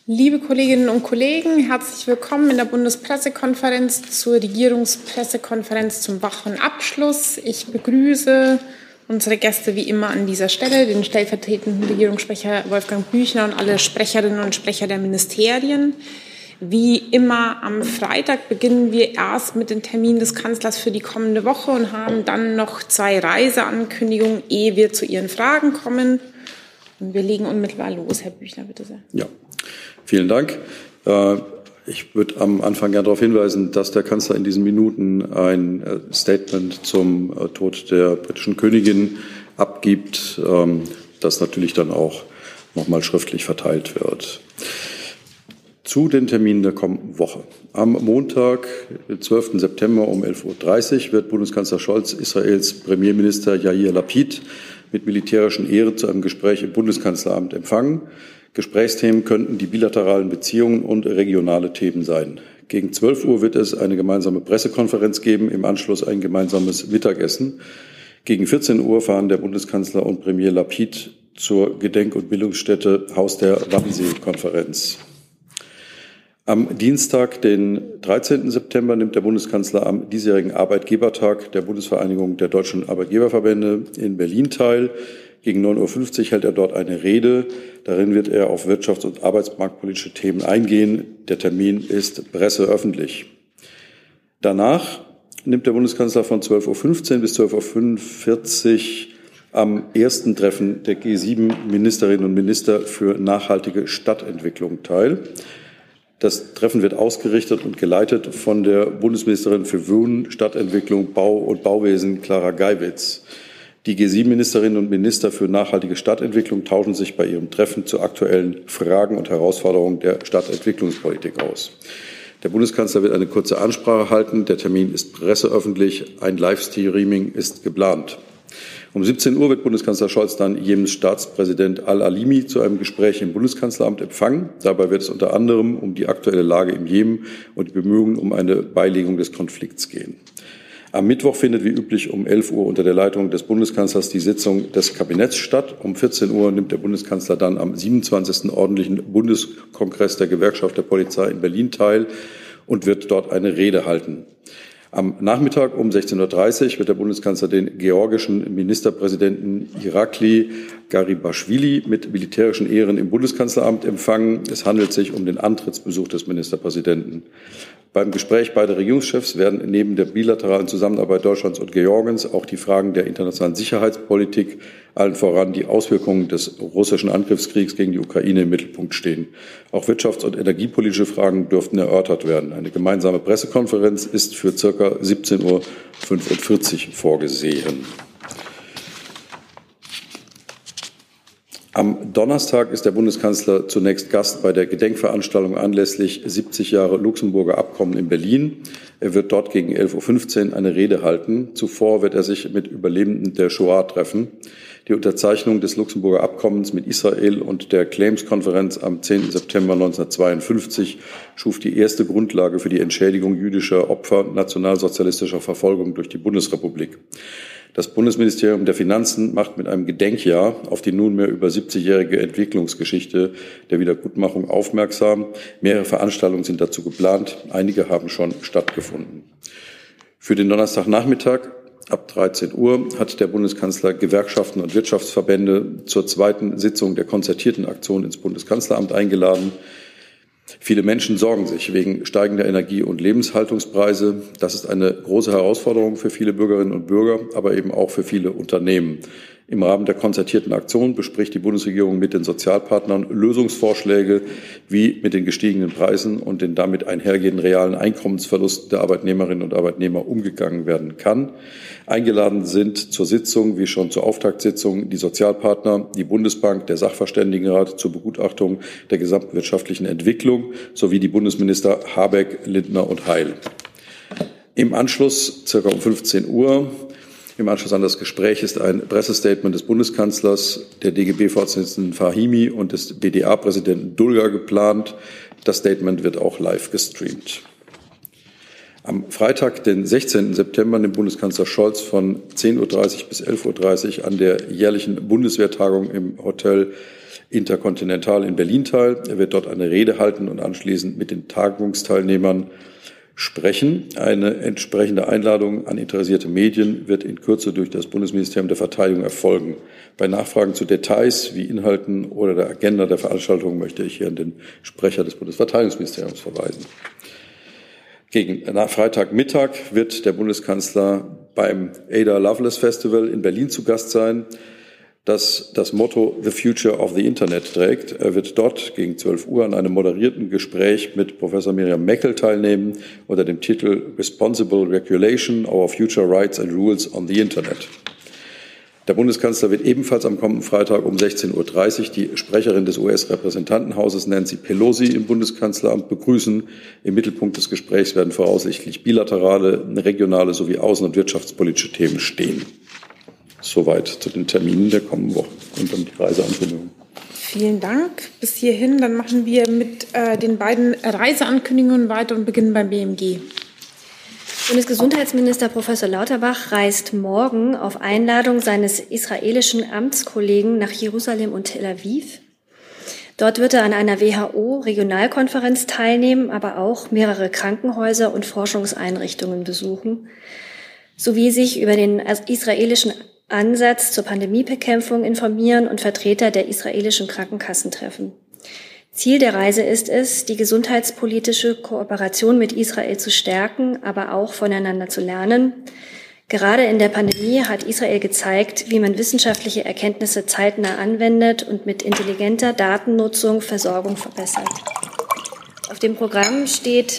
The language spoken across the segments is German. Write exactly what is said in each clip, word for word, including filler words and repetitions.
Liebe Kolleginnen und Kollegen, herzlich willkommen in der Bundespressekonferenz zur Regierungspressekonferenz zum Wochenabschluss. Ich begrüße unsere Gäste wie immer an dieser Stelle, den stellvertretenden Regierungssprecher Wolfgang Büchner und alle Sprecherinnen und Sprecher der Ministerien. Wie immer am Freitag beginnen wir erst mit den Terminen des Kanzlers für die kommende Woche und haben dann noch zwei Reiseankündigungen, ehe wir zu Ihren Fragen kommen. Und wir legen unmittelbar los. Herr Büchner, bitte sehr. Ja, vielen Dank. Ich würde am Anfang gerne darauf hinweisen, dass der Kanzler in diesen Minuten ein Statement zum Tod der britischen Königin abgibt, das natürlich dann auch noch mal schriftlich verteilt wird. Zu den Terminen der kommenden Woche. Am Montag, zwölften September um elf Uhr dreißig wird Bundeskanzler Scholz Israels Premierminister Yair Lapid mit militärischen Ehren zu einem Gespräch im Bundeskanzleramt empfangen. Gesprächsthemen könnten die bilateralen Beziehungen und regionale Themen sein. Gegen zwölf Uhr wird es eine gemeinsame Pressekonferenz geben, im Anschluss ein gemeinsames Mittagessen. Gegen vierzehn Uhr fahren der Bundeskanzler und Premier Lapid zur Gedenk- und Bildungsstätte Haus der Wannsee-Konferenz. Am Dienstag, den dreizehnten September, nimmt der Bundeskanzler am diesjährigen Arbeitgebertag der Bundesvereinigung der deutschen Arbeitgeberverbände in Berlin teil. Gegen neun Uhr fünfzig hält er dort eine Rede. Darin wird er auf wirtschafts- und arbeitsmarktpolitische Themen eingehen. Der Termin ist presseöffentlich. Danach nimmt der Bundeskanzler von zwölf Uhr fünfzehn bis zwölf Uhr fünfundvierzig am ersten Treffen der G sieben Ministerinnen und Minister für nachhaltige Stadtentwicklung teil. Das Treffen wird ausgerichtet und geleitet von der Bundesministerin für Wohnen, Stadtentwicklung, Bau und Bauwesen, Clara Geiwitz. Die G sieben Ministerinnen und Minister für nachhaltige Stadtentwicklung tauschen sich bei ihrem Treffen zu aktuellen Fragen und Herausforderungen der Stadtentwicklungspolitik aus. Der Bundeskanzler wird eine kurze Ansprache halten. Der Termin ist presseöffentlich. Ein Livestreaming ist geplant. Um siebzehn Uhr wird Bundeskanzler Scholz dann Jemens Staatspräsident Al-Alimi zu einem Gespräch im Bundeskanzleramt empfangen. Dabei wird es unter anderem um die aktuelle Lage im Jemen und die Bemühungen um eine Beilegung des Konflikts gehen. Am Mittwoch findet wie üblich um elf Uhr unter der Leitung des Bundeskanzlers die Sitzung des Kabinetts statt. Um vierzehn Uhr nimmt der Bundeskanzler dann am siebenundzwanzigsten ordentlichen Bundeskongress der Gewerkschaft der Polizei in Berlin teil und wird dort eine Rede halten. Am Nachmittag um sechzehn Uhr dreißig wird der Bundeskanzler den georgischen Ministerpräsidenten Irakli Garibashvili mit militärischen Ehren im Bundeskanzleramt empfangen. Es handelt sich um den Antrittsbesuch des Ministerpräsidenten. Beim Gespräch beider Regierungschefs werden neben der bilateralen Zusammenarbeit Deutschlands und Georgiens auch die Fragen der internationalen Sicherheitspolitik, allen voran die Auswirkungen des russischen Angriffskriegs gegen die Ukraine im Mittelpunkt stehen. Auch wirtschafts- und energiepolitische Fragen dürften erörtert werden. Eine gemeinsame Pressekonferenz ist für ca. siebzehn Uhr fünfundvierzig vorgesehen. Am Donnerstag ist der Bundeskanzler zunächst Gast bei der Gedenkveranstaltung anlässlich siebzig Jahre Luxemburger Abkommen in Berlin. Er wird dort gegen elf Uhr fünfzehn eine Rede halten. Zuvor wird er sich mit Überlebenden der Shoah treffen. Die Unterzeichnung des Luxemburger Abkommens mit Israel und der Claims-Konferenz am zehnten September neunzehnhundertzweiundfünfzig schuf die erste Grundlage für die Entschädigung jüdischer Opfer nationalsozialistischer Verfolgung durch die Bundesrepublik. Das Bundesministerium der Finanzen macht mit einem Gedenkjahr auf die nunmehr über siebzigjährige Entwicklungsgeschichte der Wiedergutmachung aufmerksam. Mehrere Veranstaltungen sind dazu geplant. Einige haben schon stattgefunden. Für den Donnerstagnachmittag ab dreizehn Uhr hat der Bundeskanzler Gewerkschaften und Wirtschaftsverbände zur zweiten Sitzung der konzertierten Aktion ins Bundeskanzleramt eingeladen. Viele Menschen sorgen sich wegen steigender Energie- und Lebenshaltungspreise. Das ist eine große Herausforderung für viele Bürgerinnen und Bürger, aber eben auch für viele Unternehmen. Im Rahmen der konzertierten Aktion bespricht die Bundesregierung mit den Sozialpartnern Lösungsvorschläge, wie mit den gestiegenen Preisen und den damit einhergehenden realen Einkommensverlusten der Arbeitnehmerinnen und Arbeitnehmer umgegangen werden kann. Eingeladen sind zur Sitzung, wie schon zur Auftaktsitzung, die Sozialpartner, die Bundesbank, der Sachverständigenrat zur Begutachtung der gesamtwirtschaftlichen Entwicklung sowie die Bundesminister Habeck, Lindner und Heil. Im Anschluss, circa um fünfzehn Uhr, Im Anschluss an das Gespräch ist ein Pressestatement des Bundeskanzlers, der D G B-Vorsitzenden Fahimi und des B D A-Präsidenten Dulger geplant. Das Statement wird auch live gestreamt. Am Freitag, den sechzehnten September, nimmt Bundeskanzler Scholz von zehn Uhr dreißig bis elf Uhr dreißig an der jährlichen Bundeswehrtagung im Hotel Intercontinental in Berlin teil. Er wird dort eine Rede halten und anschließend mit den Tagungsteilnehmern sprechen. Eine entsprechende Einladung an interessierte Medien wird in Kürze durch das Bundesministerium der Verteidigung erfolgen. Bei Nachfragen zu Details wie Inhalten oder der Agenda der Veranstaltung möchte ich hier an den Sprecher des Bundesverteidigungsministeriums verweisen. Gegen nach Freitagmittag wird der Bundeskanzler beim Ada Lovelace Festival in Berlin zu Gast sein, das das Motto The Future of the Internet trägt. Er wird dort gegen zwölf Uhr an einem moderierten Gespräch mit Professor Miriam Meckel teilnehmen unter dem Titel Responsible Regulation, Our Future Rights and Rules on the Internet. Der Bundeskanzler wird ebenfalls am kommenden Freitag um sechzehn Uhr dreißig die Sprecherin des U S-Repräsentantenhauses Nancy Pelosi im Bundeskanzleramt begrüßen. Im Mittelpunkt des Gesprächs werden voraussichtlich bilaterale, regionale sowie außen- und wirtschaftspolitische Themen stehen. Soweit zu den Terminen der kommenden Woche und dann die Reiseankündigung. Vielen Dank. Bis hierhin. Dann machen wir mit äh, den beiden Reiseankündigungen weiter und beginnen beim B M G. Bundesgesundheitsminister Professor Lauterbach reist morgen auf Einladung seines israelischen Amtskollegen nach Jerusalem und Tel Aviv. Dort wird er an einer W H O-Regionalkonferenz teilnehmen, aber auch mehrere Krankenhäuser und Forschungseinrichtungen besuchen, sowie sich über den israelischen Ansatz zur Pandemiebekämpfung informieren und Vertreter der israelischen Krankenkassen treffen. Ziel der Reise ist es, die gesundheitspolitische Kooperation mit Israel zu stärken, aber auch voneinander zu lernen. Gerade in der Pandemie hat Israel gezeigt, wie man wissenschaftliche Erkenntnisse zeitnah anwendet und mit intelligenter Datennutzung Versorgung verbessert. Auf dem Programm steht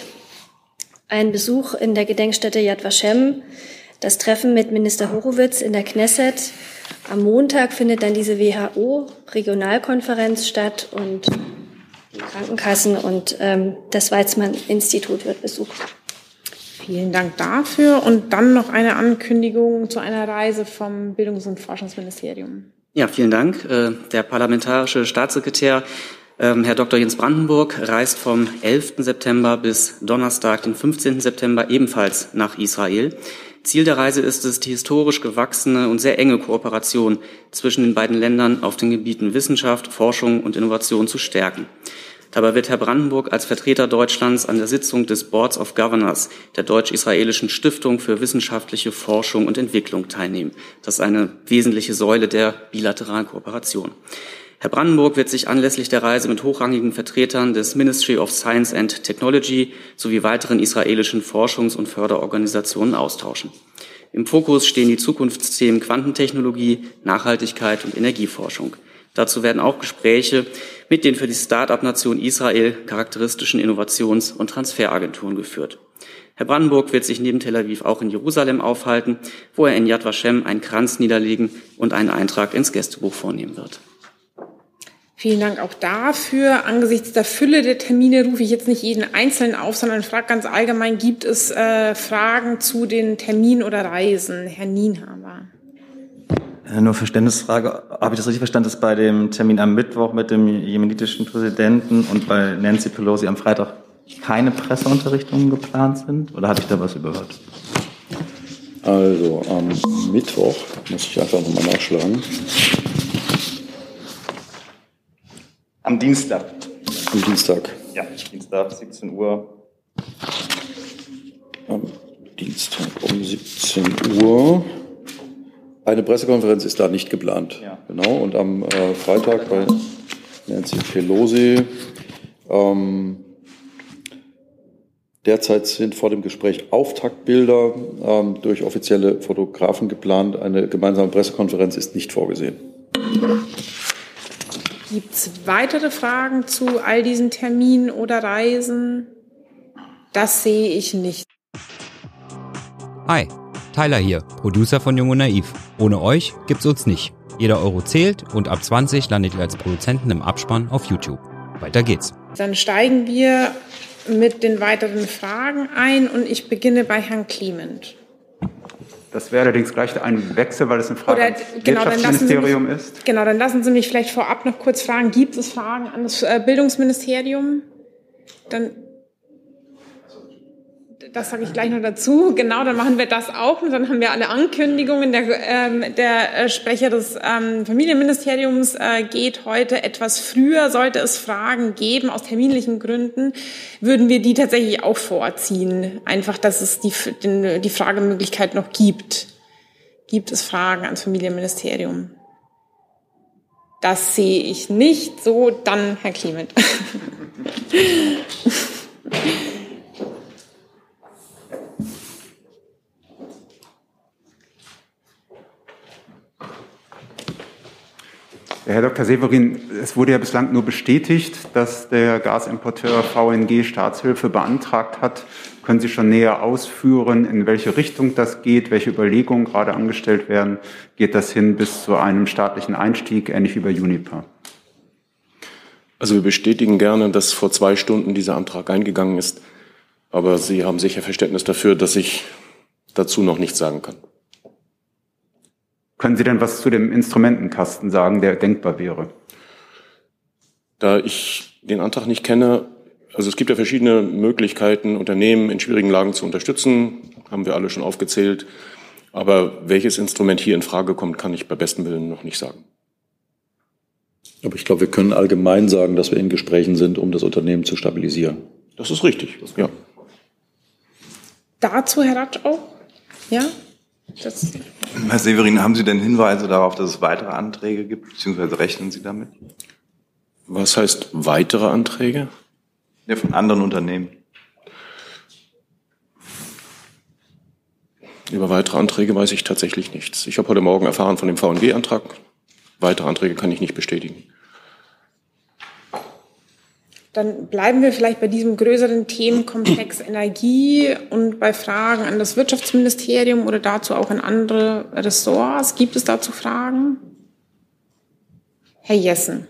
ein Besuch in der Gedenkstätte Yad Vashem, das Treffen mit Minister Horowitz in der Knesset. Am Montag findet dann diese W H O-Regionalkonferenz statt und die Krankenkassen und ähm, das Weizmann-Institut wird besucht. Vielen Dank dafür. Und dann noch eine Ankündigung zu einer Reise vom Bildungs- und Forschungsministerium. Ja, vielen Dank. Der parlamentarische Staatssekretär, Herr Doktor Jens Brandenburg, reist vom elften September bis Donnerstag, den fünfzehnten September, ebenfalls nach Israel. Ziel der Reise ist es, die historisch gewachsene und sehr enge Kooperation zwischen den beiden Ländern auf den Gebieten Wissenschaft, Forschung und Innovation zu stärken. Dabei wird Herr Brandenburg als Vertreter Deutschlands an der Sitzung des Boards of Governors der Deutsch-Israelischen Stiftung für wissenschaftliche Forschung und Entwicklung teilnehmen. Das ist eine wesentliche Säule der bilateralen Kooperation. Herr Brandenburg wird sich anlässlich der Reise mit hochrangigen Vertretern des Ministry of Science and Technology sowie weiteren israelischen Forschungs- und Förderorganisationen austauschen. Im Fokus stehen die Zukunftsthemen Quantentechnologie, Nachhaltigkeit und Energieforschung. Dazu werden auch Gespräche mit den für die Start-up-Nation Israel charakteristischen Innovations- und Transferagenturen geführt. Herr Brandenburg wird sich neben Tel Aviv auch in Jerusalem aufhalten, wo er in Yad Vashem einen Kranz niederlegen und einen Eintrag ins Gästebuch vornehmen wird. Vielen Dank auch dafür. Angesichts der Fülle der Termine rufe ich jetzt nicht jeden Einzelnen auf, sondern frage ganz allgemein, gibt es äh, Fragen zu den Terminen oder Reisen? Herr Nienhaber. Nur Verständnisfrage, habe ich das richtig verstanden, dass bei dem Termin am Mittwoch mit dem jemenitischen Präsidenten und bei Nancy Pelosi am Freitag keine Presseunterrichtungen geplant sind? Oder hatte ich da was überhört? Also am Mittwoch, muss ich einfach nochmal nachschlagen. Am Dienstag. Am Dienstag. Ja, Dienstag, siebzehn Uhr. Am Dienstag um siebzehn Uhr. Eine Pressekonferenz ist da nicht geplant. Ja. Genau. Und am äh, Freitag bei Nancy Pelosi. Ähm, derzeit sind vor dem Gespräch Auftaktbilder ähm, durch offizielle Fotografen geplant. Eine gemeinsame Pressekonferenz ist nicht vorgesehen. Gibt es weitere Fragen zu all diesen Terminen oder Reisen? Das sehe ich nicht. Hi, Tyler hier, Producer von Jung und Naiv. Ohne euch gibt's uns nicht. Jeder Euro zählt und ab zwanzig landet ihr als Produzenten im Abspann auf YouTube. Weiter geht's. Dann steigen wir mit den weiteren Fragen ein und ich beginne bei Herrn Clement. Das wäre allerdings gleich ein Wechsel, weil es eine Frage ans genau, Wirtschaftsministerium mich, ist. Genau, dann lassen Sie mich vielleicht vorab noch kurz fragen, gibt es Fragen an das Bildungsministerium? Dann Das sage ich gleich noch dazu. Genau, dann machen wir das auch. Und dann haben wir alle Ankündigungen. Der, ähm, der Sprecher des ähm, Familienministeriums äh, geht heute etwas früher. Sollte es Fragen geben aus terminlichen Gründen, würden wir die tatsächlich auch vorziehen. Einfach, dass es die, den, die Fragemöglichkeit noch gibt. Gibt es Fragen ans Familienministerium? Das sehe ich nicht. So, dann Herr Clement. Herr Doktor Severin, es wurde ja bislang nur bestätigt, dass der Gasimporteur V N G Staatshilfe beantragt hat. Können Sie schon näher ausführen, in welche Richtung das geht, welche Überlegungen gerade angestellt werden? Geht das hin bis zu einem staatlichen Einstieg, ähnlich wie bei Uniper? Also wir bestätigen gerne, dass vor zwei Stunden dieser Antrag eingegangen ist. Aber Sie haben sicher Verständnis dafür, dass ich dazu noch nichts sagen kann. Können Sie denn was zu dem Instrumentenkasten sagen, der denkbar wäre? Da ich den Antrag nicht kenne, also es gibt ja verschiedene Möglichkeiten, Unternehmen in schwierigen Lagen zu unterstützen, haben wir alle schon aufgezählt. Aber welches Instrument hier in Frage kommt, kann ich bei bestem Willen noch nicht sagen. Aber ich glaube, wir können allgemein sagen, dass wir in Gesprächen sind, um das Unternehmen zu stabilisieren. Das ist richtig, ja. Dazu, Herr Ratschau? Ja? Das Herr Severin, haben Sie denn Hinweise darauf, dass es weitere Anträge gibt, beziehungsweise rechnen Sie damit? Was heißt weitere Anträge? Ja, von anderen Unternehmen. Über weitere Anträge weiß ich tatsächlich nichts. Ich habe heute Morgen erfahren von dem V N G-Antrag. Weitere Anträge kann ich nicht bestätigen. Dann bleiben wir vielleicht bei diesem größeren Themenkomplex Energie und bei Fragen an das Wirtschaftsministerium oder dazu auch an andere Ressorts. Gibt es dazu Fragen? Herr Jessen.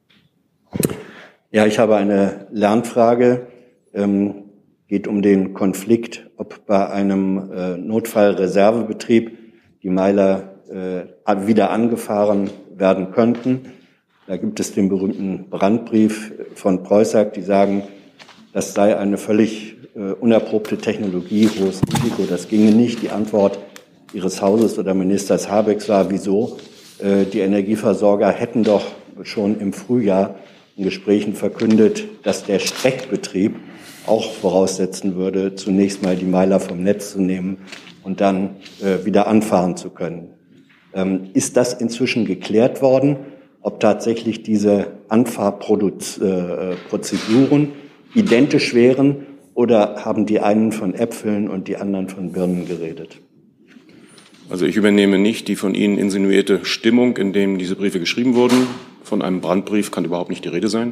Ja, ich habe eine Lernfrage. Ähm, geht um den Konflikt, ob bei einem äh, Notfallreservebetrieb die Meiler äh, wieder angefahren werden könnten. Da gibt es den berühmten Brandbrief von Preußack, die sagen, das sei eine völlig äh, unerprobte Technologie, hohes Risiko, das ginge nicht. Die Antwort Ihres Hauses oder Ministers Habecks war, wieso? Äh, die Energieversorger hätten doch schon im Frühjahr in Gesprächen verkündet, dass der Streckbetrieb auch voraussetzen würde, zunächst mal die Meiler vom Netz zu nehmen und dann äh, wieder anfahren zu können. Ähm, ist das inzwischen geklärt worden? Ob tatsächlich diese Anfahrprozeduren identisch wären oder haben die einen von Äpfeln und die anderen von Birnen geredet? Also ich übernehme nicht die von Ihnen insinuierte Stimmung, in dem diese Briefe geschrieben wurden. Von einem Brandbrief kann überhaupt nicht die Rede sein.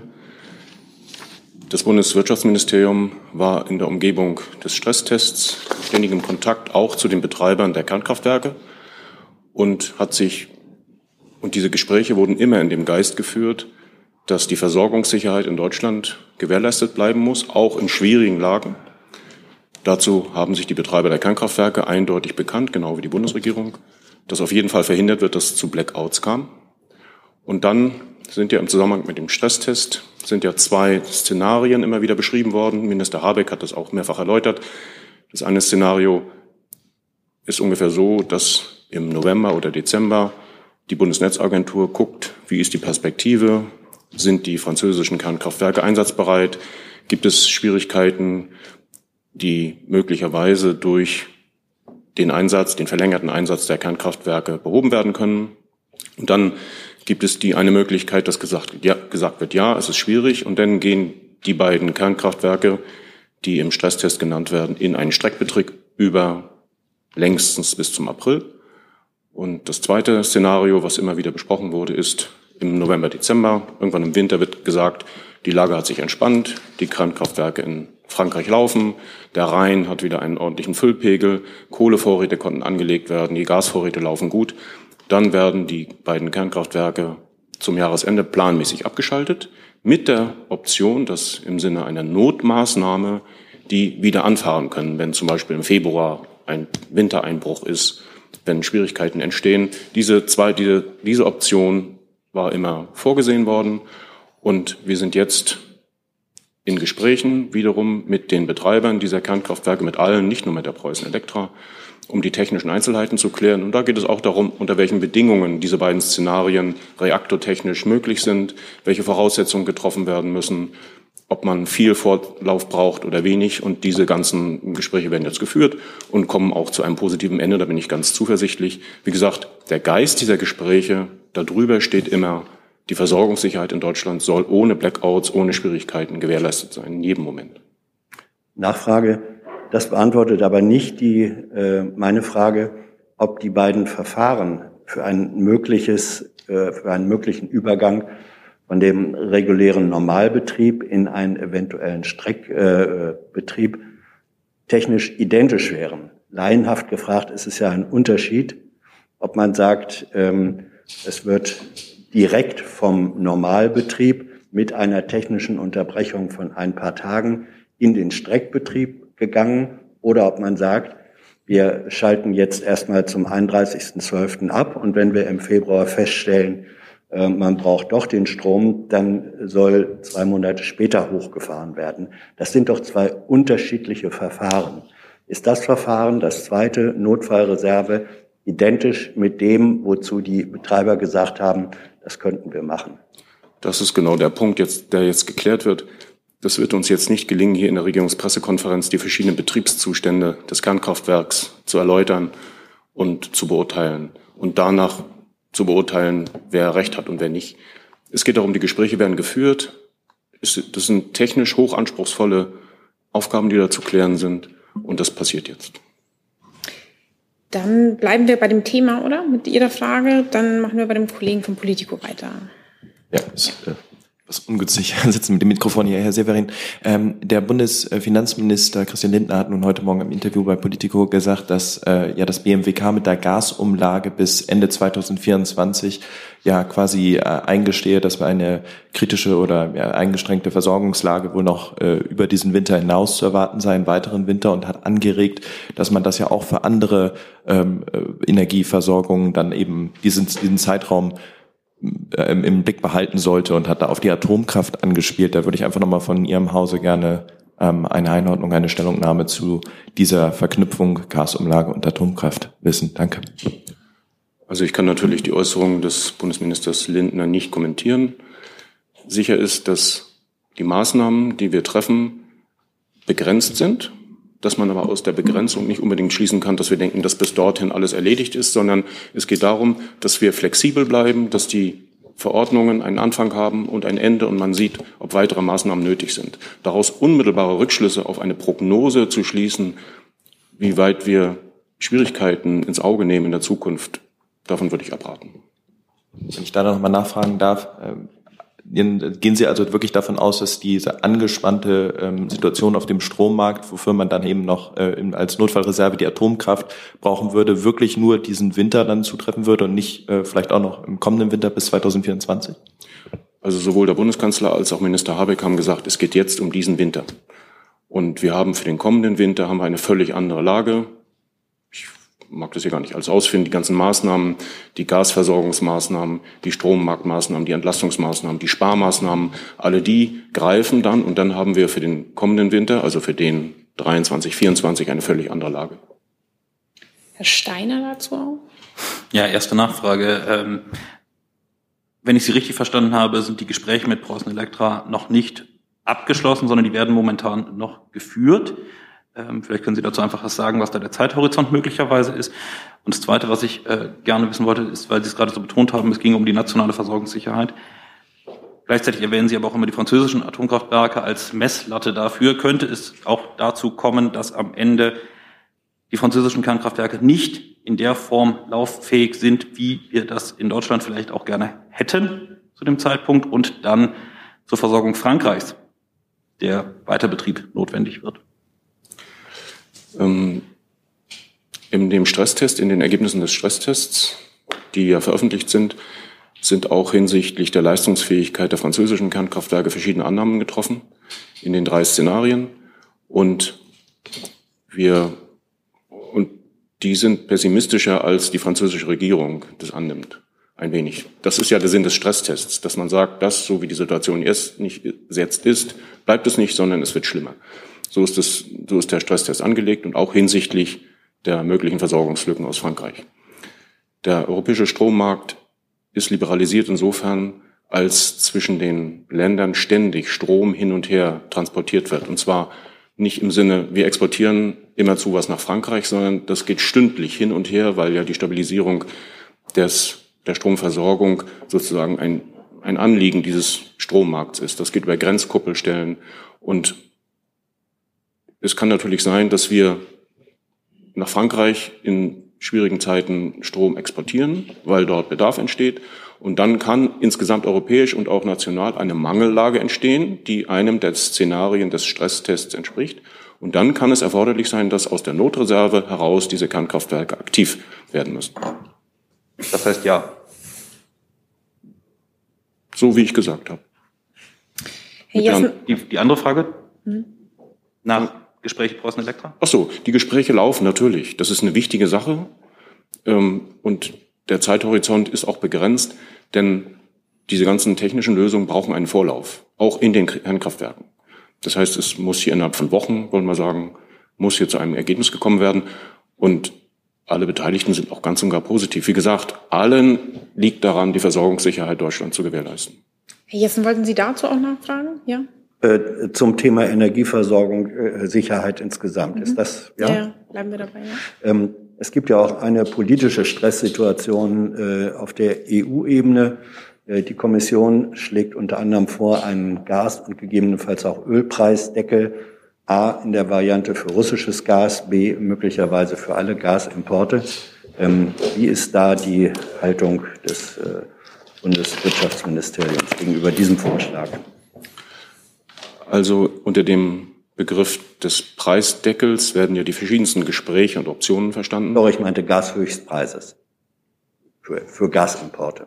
Das Bundeswirtschaftsministerium war in der Umgebung des Stresstests ständig im Kontakt auch zu den Betreibern der Kernkraftwerke und hat sich Und diese Gespräche wurden immer in dem Geist geführt, dass die Versorgungssicherheit in Deutschland gewährleistet bleiben muss, auch in schwierigen Lagen. Dazu haben sich die Betreiber der Kernkraftwerke eindeutig bekannt, genau wie die Bundesregierung, dass auf jeden Fall verhindert wird, dass es zu Blackouts kam. Und dann sind ja im Zusammenhang mit dem Stresstest sind ja zwei Szenarien immer wieder beschrieben worden. Minister Habeck hat das auch mehrfach erläutert. Das eine Szenario ist ungefähr so, dass im November oder Dezember die Bundesnetzagentur guckt, wie ist die Perspektive, sind die französischen Kernkraftwerke einsatzbereit, gibt es Schwierigkeiten, die möglicherweise durch den Einsatz, den verlängerten Einsatz der Kernkraftwerke behoben werden können. Und dann gibt es die eine Möglichkeit, dass gesagt, ja, gesagt wird, ja, es ist schwierig, und dann gehen die beiden Kernkraftwerke, die im Stresstest genannt werden, in einen Streckbetrieb über längstens bis zum April. Und das zweite Szenario, was immer wieder besprochen wurde, ist im November, Dezember. Irgendwann im Winter wird gesagt, die Lage hat sich entspannt, die Kernkraftwerke in Frankreich laufen, der Rhein hat wieder einen ordentlichen Füllpegel, Kohlevorräte konnten angelegt werden, die Gasvorräte laufen gut. Dann werden die beiden Kernkraftwerke zum Jahresende planmäßig abgeschaltet, mit der Option, dass im Sinne einer Notmaßnahme die wieder anfahren können, wenn zum Beispiel im Februar ein Wintereinbruch ist, wenn Schwierigkeiten entstehen. Diese, zwei, diese, diese Option war immer vorgesehen worden, und wir sind jetzt in Gesprächen wiederum mit den Betreibern dieser Kernkraftwerke, mit allen, nicht nur mit der Preußen Elektra, um die technischen Einzelheiten zu klären. Und da geht es auch darum, unter welchen Bedingungen diese beiden Szenarien reaktortechnisch möglich sind, welche Voraussetzungen getroffen werden müssen, ob man viel Vorlauf braucht oder wenig. Und diese ganzen Gespräche werden jetzt geführt und kommen auch zu einem positiven Ende. Da bin ich ganz zuversichtlich. Wie gesagt, der Geist dieser Gespräche, darüber steht immer, die Versorgungssicherheit in Deutschland soll ohne Blackouts, ohne Schwierigkeiten gewährleistet sein, in jedem Moment. Nachfrage. Das beantwortet aber nicht die, äh, meine Frage, ob die beiden Verfahren für ein mögliches, äh, für einen möglichen Übergang von dem regulären Normalbetrieb in einen eventuellen Streckbetrieb äh, technisch identisch wären. Laienhaft gefragt, ist es ja ein Unterschied, ob man sagt, ähm, es wird direkt vom Normalbetrieb mit einer technischen Unterbrechung von ein paar Tagen in den Streckbetrieb gegangen oder ob man sagt, wir schalten jetzt erstmal zum einunddreißigsten zwölften ab und wenn wir im Februar feststellen, äh, man braucht doch den Strom, dann soll zwei Monate später hochgefahren werden. Das sind doch zwei unterschiedliche Verfahren. Ist das Verfahren, das zweite Notfallreserve, identisch mit dem, wozu die Betreiber gesagt haben, das könnten wir machen? Das ist genau der Punkt, jetzt, der jetzt geklärt wird. Das wird uns jetzt nicht gelingen, hier in der Regierungspressekonferenz die verschiedenen Betriebszustände des Kernkraftwerks zu erläutern und zu beurteilen und danach zu beurteilen, wer Recht hat und wer nicht. Es geht darum, die Gespräche werden geführt. Das sind technisch hochanspruchsvolle Aufgaben, die da zu klären sind und das passiert jetzt. Dann bleiben wir bei dem Thema, oder? Mit Ihrer Frage. Dann machen wir bei dem Kollegen von Politico weiter. Ja, ist, äh, was ungünstig sitzen mit dem Mikrofon hier, Herr Severin. Ähm, der Bundesfinanzminister Christian Lindner hat nun heute Morgen im Interview bei Politico gesagt, dass äh, ja das B M W K mit der Gasumlage bis Ende zweitausendvierundzwanzig ja quasi äh, eingestehe, dass wir eine kritische oder ja, eingeschränkte Versorgungslage wohl noch äh, über diesen Winter hinaus zu erwarten sei, einen weiteren Winter, und hat angeregt, dass man das ja auch für andere ähm, Energieversorgungen dann eben diesen, diesen Zeitraum im, im Blick behalten sollte, und hat da auf die Atomkraft angespielt. Da würde ich einfach nochmal von Ihrem Hause gerne ähm, eine Einordnung, eine Stellungnahme zu dieser Verknüpfung Gasumlage und Atomkraft wissen. Danke. Also ich kann natürlich die Äußerungen des Bundesministers Lindner nicht kommentieren. Sicher ist, dass die Maßnahmen, die wir treffen, begrenzt sind, dass man aber aus der Begrenzung nicht unbedingt schließen kann, dass wir denken, dass bis dorthin alles erledigt ist, sondern es geht darum, dass wir flexibel bleiben, dass die Verordnungen einen Anfang haben und ein Ende und man sieht, ob weitere Maßnahmen nötig sind. Daraus unmittelbare Rückschlüsse auf eine Prognose zu schließen, wie weit wir Schwierigkeiten ins Auge nehmen in der Zukunft, davon würde ich abraten. Wenn ich da noch mal nachfragen darf, gehen Sie also wirklich davon aus, dass diese angespannte ähm, Situation auf dem Strommarkt, wofür man dann eben noch äh, als Notfallreserve die Atomkraft brauchen würde, wirklich nur diesen Winter dann zutreffen würde und nicht äh, vielleicht auch noch im kommenden Winter bis zweitausendvierundzwanzig? Also sowohl der Bundeskanzler als auch Minister Habeck haben gesagt, es geht jetzt um diesen Winter. Und wir haben für den kommenden Winter haben wir eine völlig andere Lage. Ich mag das hier gar nicht alles ausführen, die ganzen Maßnahmen, die Gasversorgungsmaßnahmen, die Strommarktmaßnahmen, die Entlastungsmaßnahmen, die Sparmaßnahmen, alle die greifen dann und dann haben wir für den kommenden Winter, also für den dreiundzwanzig, vierundzwanzig, eine völlig andere Lage. Herr Steiner dazu auch? Ja, erste Nachfrage. Ähm, wenn ich Sie richtig verstanden habe, sind die Gespräche mit Preußen Elektra noch nicht abgeschlossen, sondern die werden momentan noch geführt. Ähm, vielleicht können Sie dazu einfach was sagen, was da der Zeithorizont möglicherweise ist. Und das Zweite, was ich äh, gerne wissen wollte, ist, weil Sie es gerade so betont haben, es ging um die nationale Versorgungssicherheit. Gleichzeitig erwähnen Sie aber auch immer die französischen Atomkraftwerke als Messlatte dafür. Könnte es auch dazu kommen, dass am Ende die französischen Kernkraftwerke nicht in der Form lauffähig sind, wie wir das in Deutschland vielleicht auch gerne hätten zu dem Zeitpunkt und dann zur Versorgung Frankreichs der Weiterbetrieb notwendig wird? Ähm, in dem Stresstest, in den Ergebnissen des Stresstests, die ja veröffentlicht sind, sind auch hinsichtlich der Leistungsfähigkeit der französischen Kernkraftwerke verschiedene Annahmen getroffen in den drei Szenarien. Und wir, und die sind pessimistischer, als die französische Regierung das annimmt. ein wenig. Das ist ja der Sinn des Stresstests, dass man sagt, dass, so wie die Situation jetzt nicht jetzt ist, bleibt es nicht, sondern es wird schlimmer. So ist es, so ist der Stresstest angelegt und auch hinsichtlich der möglichen Versorgungslücken aus Frankreich. Der europäische Strommarkt ist liberalisiert insofern, als zwischen den Ländern ständig Strom hin und her transportiert wird. Und zwar nicht im Sinne, wir exportieren immerzu was nach Frankreich, sondern das geht stündlich hin und her, weil ja die Stabilisierung des, der Stromversorgung sozusagen ein, ein Anliegen dieses Strommarkts ist. Das geht über Grenzkuppelstellen. Und es kann natürlich sein, dass wir nach Frankreich in schwierigen Zeiten Strom exportieren, weil dort Bedarf entsteht. Und dann kann insgesamt europäisch und auch national eine Mangellage entstehen, die einem der Szenarien des Stresstests entspricht. Und dann kann es erforderlich sein, dass aus der Notreserve heraus diese Kernkraftwerke aktiv werden müssen. Das heißt ja. So wie ich gesagt habe. Herr die, die andere Frage? Hm? Nach Gespräche PreussenElektra? Ach so, die Gespräche laufen natürlich. Das ist eine wichtige Sache. Und der Zeithorizont ist auch begrenzt, denn diese ganzen technischen Lösungen brauchen einen Vorlauf, auch in den Kernkraftwerken. Das heißt, es muss hier innerhalb von Wochen, wollen wir sagen, muss hier zu einem Ergebnis gekommen werden. Und alle Beteiligten sind auch ganz und gar positiv. Wie gesagt, allen liegt daran, die Versorgungssicherheit Deutschlands zu gewährleisten. Herr Jessen, wollten Sie dazu auch nachfragen? Ja. Äh, zum Thema Energieversorgung, äh, Sicherheit insgesamt. Mhm. Ist das, ja? Ja, bleiben wir dabei, ja. Ähm, es gibt ja auch eine politische Stresssituation äh, auf der E U-Ebene. Äh, die Kommission schlägt unter anderem vor, einen Gas- und gegebenenfalls auch Ölpreisdeckel, A, in der Variante für russisches Gas, B, möglicherweise für alle Gasimporte. Ähm, wie ist da die Haltung des äh, Bundeswirtschaftsministeriums gegenüber diesem Vorschlag? Also unter dem Begriff des Preisdeckels werden ja die verschiedensten Gespräche und Optionen verstanden. Doch, ich meinte Gashöchstpreises für, für Gasimporte.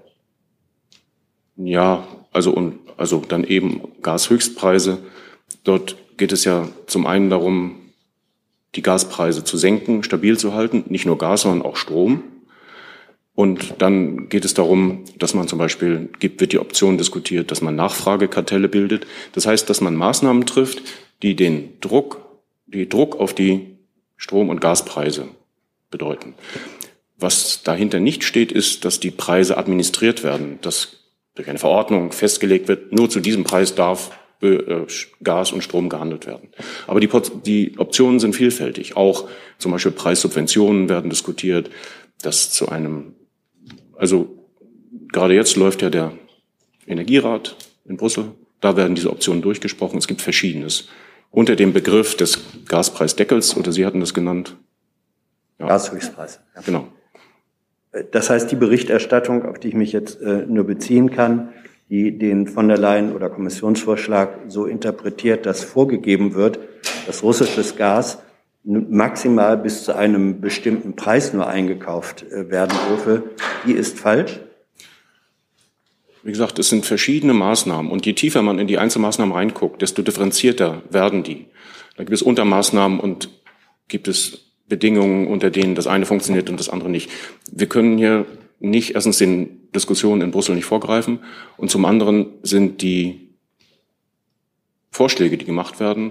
Ja, also und also dann eben Gashöchstpreise. Dort geht es ja zum einen darum, die Gaspreise zu senken, stabil zu halten, nicht nur Gas, sondern auch Strom. Und dann geht es darum, dass man zum Beispiel, gibt, wird die Option diskutiert, dass man Nachfragekartelle bildet. Das heißt, dass man Maßnahmen trifft, die den Druck, die Druck auf die Strom- und Gaspreise bedeuten. Was dahinter nicht steht, ist, dass die Preise administriert werden, dass durch eine Verordnung festgelegt wird, nur zu diesem Preis darf äh, Gas und Strom gehandelt werden. Aber die, die Optionen sind vielfältig. Auch zum Beispiel Preissubventionen werden diskutiert, dass zu einem Also gerade jetzt läuft ja der Energierat in Brüssel. Da werden diese Optionen durchgesprochen. Es gibt Verschiedenes. Unter dem Begriff des Gaspreisdeckels, oder Sie hatten das genannt. Ja. Gashöchstpreis. Ja. Genau. Das heißt, die Berichterstattung, auf die ich mich jetzt äh, nur beziehen kann, die den von der Leyen oder Kommissionsvorschlag so interpretiert, dass vorgegeben wird, dass russisches Gas maximal bis zu einem bestimmten Preis nur eingekauft werden dürfe, die ist falsch? Wie gesagt, es sind verschiedene Maßnahmen. Und je tiefer man in die Einzelmaßnahmen reinguckt, desto differenzierter werden die. Da gibt es Untermaßnahmen und gibt es Bedingungen, unter denen das eine funktioniert und das andere nicht. Wir können hier nicht erstens den Diskussionen in Brüssel nicht vorgreifen und zum anderen sind die Vorschläge, die gemacht werden,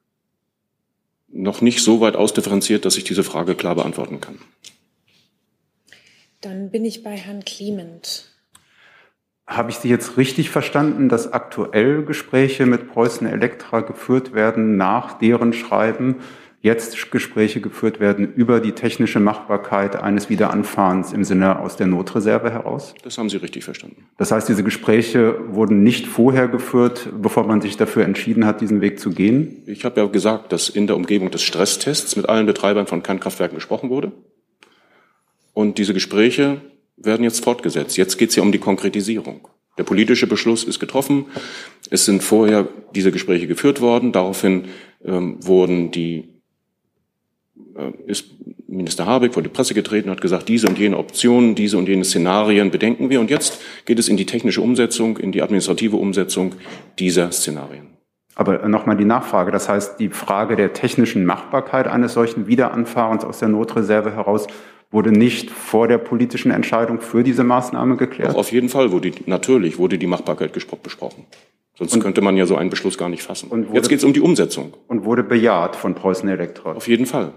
noch nicht so weit ausdifferenziert, dass ich diese Frage klar beantworten kann. Dann bin ich bei Herrn Clement. Habe ich Sie jetzt richtig verstanden, dass aktuell Gespräche mit PreussenElektra geführt werden nach deren Schreiben, jetzt Gespräche geführt werden über die technische Machbarkeit eines Wiederanfahrens im Sinne aus der Notreserve heraus? Das haben Sie richtig verstanden. Das heißt, diese Gespräche wurden nicht vorher geführt, bevor man sich dafür entschieden hat, diesen Weg zu gehen? Ich habe ja gesagt, dass in der Umgebung des Stresstests mit allen Betreibern von Kernkraftwerken gesprochen wurde. Und diese Gespräche werden jetzt fortgesetzt. Jetzt geht es ja um die Konkretisierung. Der politische Beschluss ist getroffen. Es sind vorher diese Gespräche geführt worden. Daraufhin ähm, wurden die ist Minister Habeck vor die Presse getreten und hat gesagt, diese und jene Optionen, diese und jene Szenarien bedenken wir. Und jetzt geht es in die technische Umsetzung, in die administrative Umsetzung dieser Szenarien. Aber nochmal die Nachfrage. Das heißt, die Frage der technischen Machbarkeit eines solchen Wiederanfahrens aus der Notreserve heraus wurde nicht vor der politischen Entscheidung für diese Maßnahme geklärt? Doch, auf jeden Fall wurde die, natürlich wurde die Machbarkeit gespro- besprochen. Sonst und, könnte man ja so einen Beschluss gar nicht fassen. Und wurde, jetzt geht es um die Umsetzung. Und wurde bejaht von Preußen Elektra? Auf jeden Fall.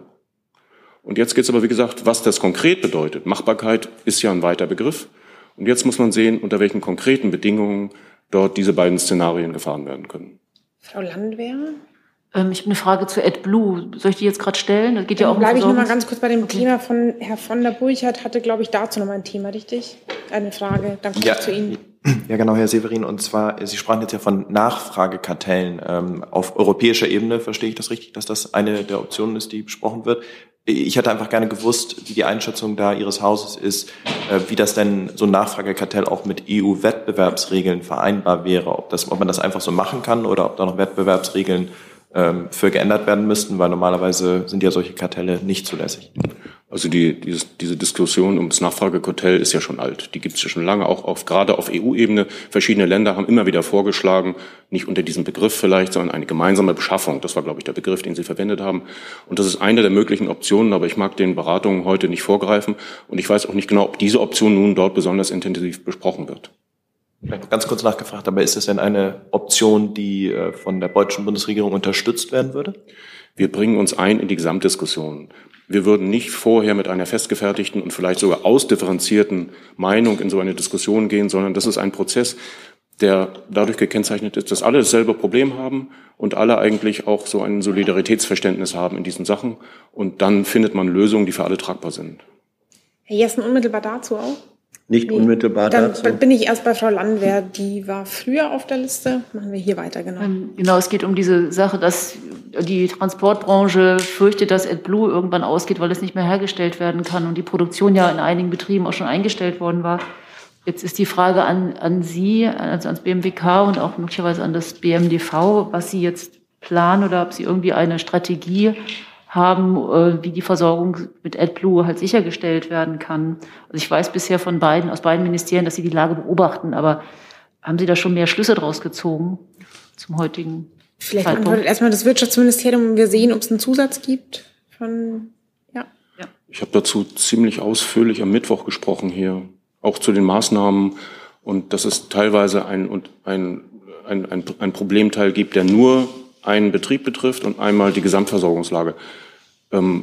Und jetzt geht es aber, wie gesagt, was das konkret bedeutet. Machbarkeit ist ja ein weiter Begriff. Und jetzt muss man sehen, unter welchen konkreten Bedingungen dort diese beiden Szenarien gefahren werden können. Frau Landwehr? Ähm, ich habe eine Frage zu AdBlue. Soll ich die jetzt gerade stellen? Das geht ja auch um Bleibe ich noch mal Versorgungs- ganz kurz bei dem Okay. Thema von Herr von der Burchardt hatte, glaube ich, dazu noch mal ein Thema, richtig? Eine Frage. Dann komme Ja. ich zu Ihnen. Ja, genau, Herr Severin. Und zwar, Sie sprachen jetzt ja von Nachfragekartellen. Ähm, auf europäischer Ebene verstehe ich das richtig, dass das eine der Optionen ist, die besprochen wird. Ich hätte einfach gerne gewusst, wie die Einschätzung da Ihres Hauses ist, äh, wie das denn so ein Nachfragekartell auch mit E U-Wettbewerbsregeln vereinbar wäre. Ob, das, ob man das einfach so machen kann oder ob da noch Wettbewerbsregeln ähm, für geändert werden müssten, weil normalerweise sind ja solche Kartelle nicht zulässig. Also die, dieses, diese Diskussion ums Nachfragekartell ist ja schon alt. Die gibt es ja schon lange, auch auf, gerade auf E U-Ebene. Verschiedene Länder haben immer wieder vorgeschlagen, nicht unter diesem Begriff vielleicht, sondern eine gemeinsame Beschaffung. Das war, glaube ich, der Begriff, den Sie verwendet haben. Und das ist eine der möglichen Optionen, aber ich mag den Beratungen heute nicht vorgreifen. Und ich weiß auch nicht genau, ob diese Option nun dort besonders intensiv besprochen wird. Vielleicht ganz kurz nachgefragt, aber ist das denn eine Option, die äh, von der deutschen Bundesregierung unterstützt werden würde? Wir bringen uns ein in die Gesamtdiskussion. Wir würden nicht vorher mit einer festgefertigten und vielleicht sogar ausdifferenzierten Meinung in so eine Diskussion gehen, sondern das ist ein Prozess, der dadurch gekennzeichnet ist, dass alle dasselbe Problem haben und alle eigentlich auch so ein Solidaritätsverständnis haben in diesen Sachen. Und dann findet man Lösungen, die für alle tragbar sind. Herr Jessen, unmittelbar dazu auch? Nicht Nee. unmittelbar Dann dazu. bin ich erst bei Frau Landwehr. Die war früher auf der Liste. Machen wir hier weiter, genau. Ähm, Genau, es geht um diese Sache, dass die Transportbranche fürchtet, dass AdBlue irgendwann ausgeht, weil es nicht mehr hergestellt werden kann und die Produktion ja in einigen Betrieben auch schon eingestellt worden war. Jetzt ist die Frage an, an Sie, also ans B M W K und auch möglicherweise an das B M D V, was Sie jetzt planen oder ob Sie irgendwie eine Strategie haben, äh, wie die Versorgung mit AdBlue halt sichergestellt werden kann. Also ich weiß bisher von beiden, aus beiden Ministerien, dass Sie die Lage beobachten, aber haben Sie da schon mehr Schlüsse draus gezogen zum heutigen Vielleicht Zeitpunkt? antwortet erstmal das Wirtschaftsministerium und wir sehen, ob es einen Zusatz gibt. Von, ja. Ja. Ich habe dazu ziemlich ausführlich am Mittwoch gesprochen hier, auch zu den Maßnahmen und dass es teilweise ein, ein, ein, ein, ein Problemteil gibt, der nur einen Betrieb betrifft und einmal die Gesamtversorgungslage. Ähm,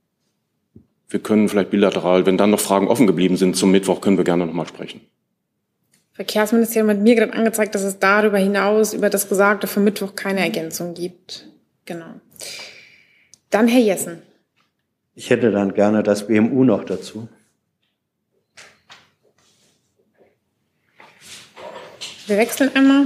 wir können vielleicht bilateral, wenn dann noch Fragen offen geblieben sind zum Mittwoch, können wir gerne noch mal sprechen. Verkehrsministerium hat mir gerade angezeigt, dass es darüber hinaus über das Gesagte für Mittwoch keine Ergänzung gibt. Genau. Dann Herr Jessen. Ich hätte dann gerne das B M U noch dazu. Wir wechseln einmal.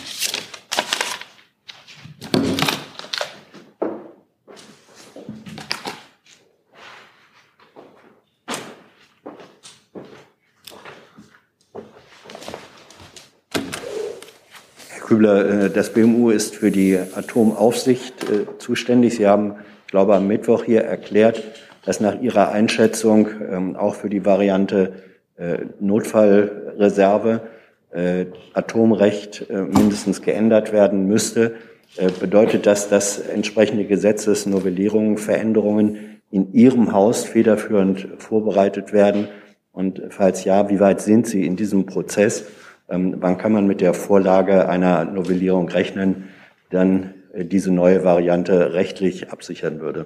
Herr Kübler, das B M U ist für die Atomaufsicht zuständig. Sie haben, ich glaube, am Mittwoch hier erklärt, dass nach Ihrer Einschätzung auch für die Variante Notfallreserve Atomrecht mindestens geändert werden müsste. Bedeutet das, dass entsprechende Gesetzesnovellierungen, Veränderungen in Ihrem Haus federführend vorbereitet werden? Und falls ja, wie weit sind Sie in diesem Prozess? Ähm, wann kann man mit der Vorlage einer Novellierung rechnen, die dann äh, diese neue Variante rechtlich absichern würde?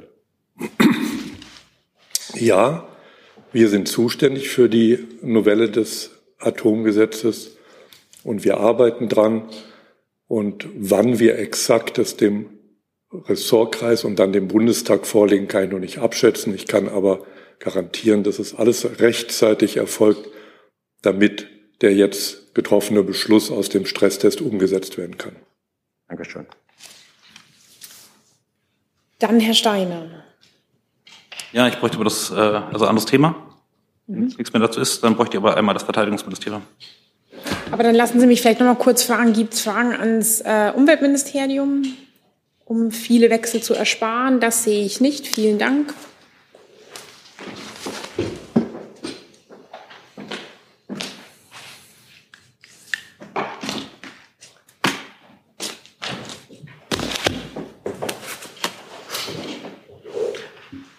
Ja, wir sind zuständig für die Novelle des Atomgesetzes und wir arbeiten dran. Und wann wir exakt es dem Ressortkreis und dann dem Bundestag vorlegen, kann ich noch nicht abschätzen. Ich kann aber garantieren, dass es alles rechtzeitig erfolgt, damit der jetzt getroffene Beschluss aus dem Stresstest umgesetzt werden kann. Dankeschön. Dann Herr Steiner. Ja, ich bräuchte aber das, äh, also anderes Thema. Wenn Mhm. nichts mehr dazu ist, dann bräuchte ich aber einmal das Verteidigungsministerium. Aber dann lassen Sie mich vielleicht noch mal kurz fragen, gibt es Fragen ans äh, Umweltministerium, um viele Wechsel zu ersparen? Das sehe ich nicht. Vielen Dank.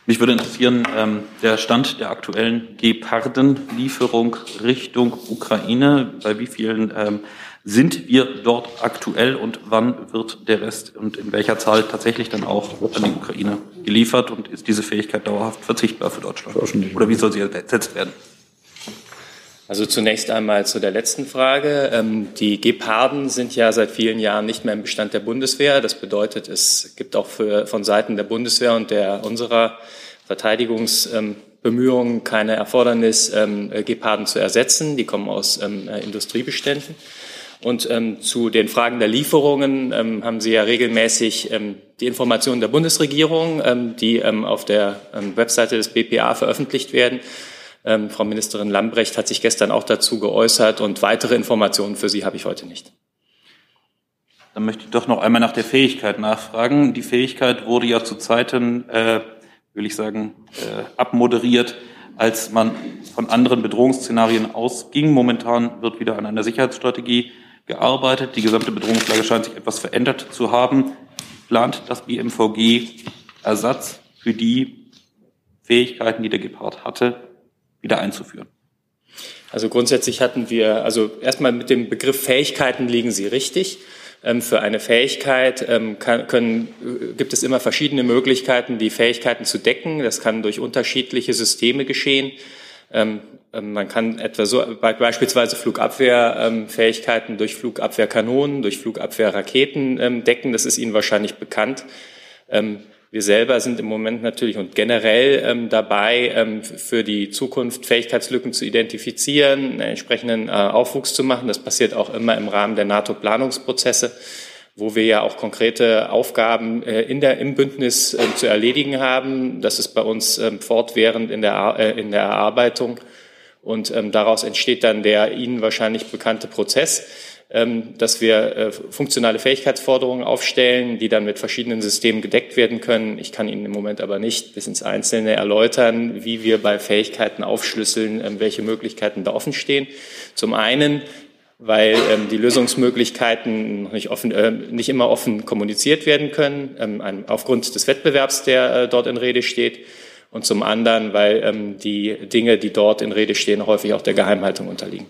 Mich würde interessieren, ähm, der Stand der aktuellen Gepardenlieferung Richtung Ukraine. Bei wie vielen ähm, sind wir dort aktuell und wann wird der Rest und in welcher Zahl tatsächlich dann auch an die Ukraine geliefert? Und ist diese Fähigkeit dauerhaft verzichtbar für Deutschland? Oder wie soll sie ersetzt werden? Also zunächst einmal zu der letzten Frage. Die Geparden sind ja seit vielen Jahren nicht mehr im Bestand der Bundeswehr. Das bedeutet, es gibt auch für, von Seiten der Bundeswehr und der unserer Verteidigungsbemühungen keine Erfordernis, Geparden zu ersetzen. Die kommen aus Industriebeständen. Und ähm, zu den Fragen der Lieferungen ähm, haben Sie ja regelmäßig ähm, die Informationen der Bundesregierung, ähm, die ähm, auf der ähm, Webseite des B P A veröffentlicht werden. Ähm, Frau Ministerin Lambrecht hat sich gestern auch dazu geäußert und weitere Informationen für Sie habe ich heute nicht. Dann möchte ich doch noch einmal nach der Fähigkeit nachfragen. Die Fähigkeit wurde ja zu Zeiten, äh, will ich sagen, äh, abmoderiert, als man von anderen Bedrohungsszenarien ausging. Momentan wird wieder an einer Sicherheitsstrategie gearbeitet. Die gesamte Bedrohungslage scheint sich etwas verändert zu haben. Plant das B M V G Ersatz für die Fähigkeiten, die der Gepard hatte, wieder einzuführen? Also grundsätzlich hatten wir, also erstmal mit dem Begriff Fähigkeiten liegen Sie richtig. Für eine Fähigkeit kann, können, gibt es immer verschiedene Möglichkeiten, die Fähigkeiten zu decken. Das kann durch unterschiedliche Systeme geschehen. Man kann etwa so beispielsweise Flugabwehrfähigkeiten durch Flugabwehrkanonen, durch Flugabwehrraketen decken. Das ist Ihnen wahrscheinlich bekannt. Wir selber sind im Moment natürlich und generell ähm, dabei, ähm, für die Zukunft Fähigkeitslücken zu identifizieren, einen entsprechenden äh, Aufwuchs zu machen. Das passiert auch immer im Rahmen der NATO-Planungsprozesse, wo wir ja auch konkrete Aufgaben äh, in der, im Bündnis äh, zu erledigen haben. Das ist bei uns äh, fortwährend in der, äh, in der Erarbeitung. Und ähm, daraus entsteht dann der Ihnen wahrscheinlich bekannte Prozess, dass wir funktionale Fähigkeitsforderungen aufstellen, die dann mit verschiedenen Systemen gedeckt werden können. Ich kann Ihnen im Moment aber nicht bis ins Einzelne erläutern, wie wir bei Fähigkeiten aufschlüsseln, welche Möglichkeiten da offen stehen. Zum einen, weil die Lösungsmöglichkeiten noch nicht, offen, nicht immer offen kommuniziert werden können, aufgrund des Wettbewerbs, der dort in Rede steht. Und zum anderen, weil die Dinge, die dort in Rede stehen, häufig auch der Geheimhaltung unterliegen.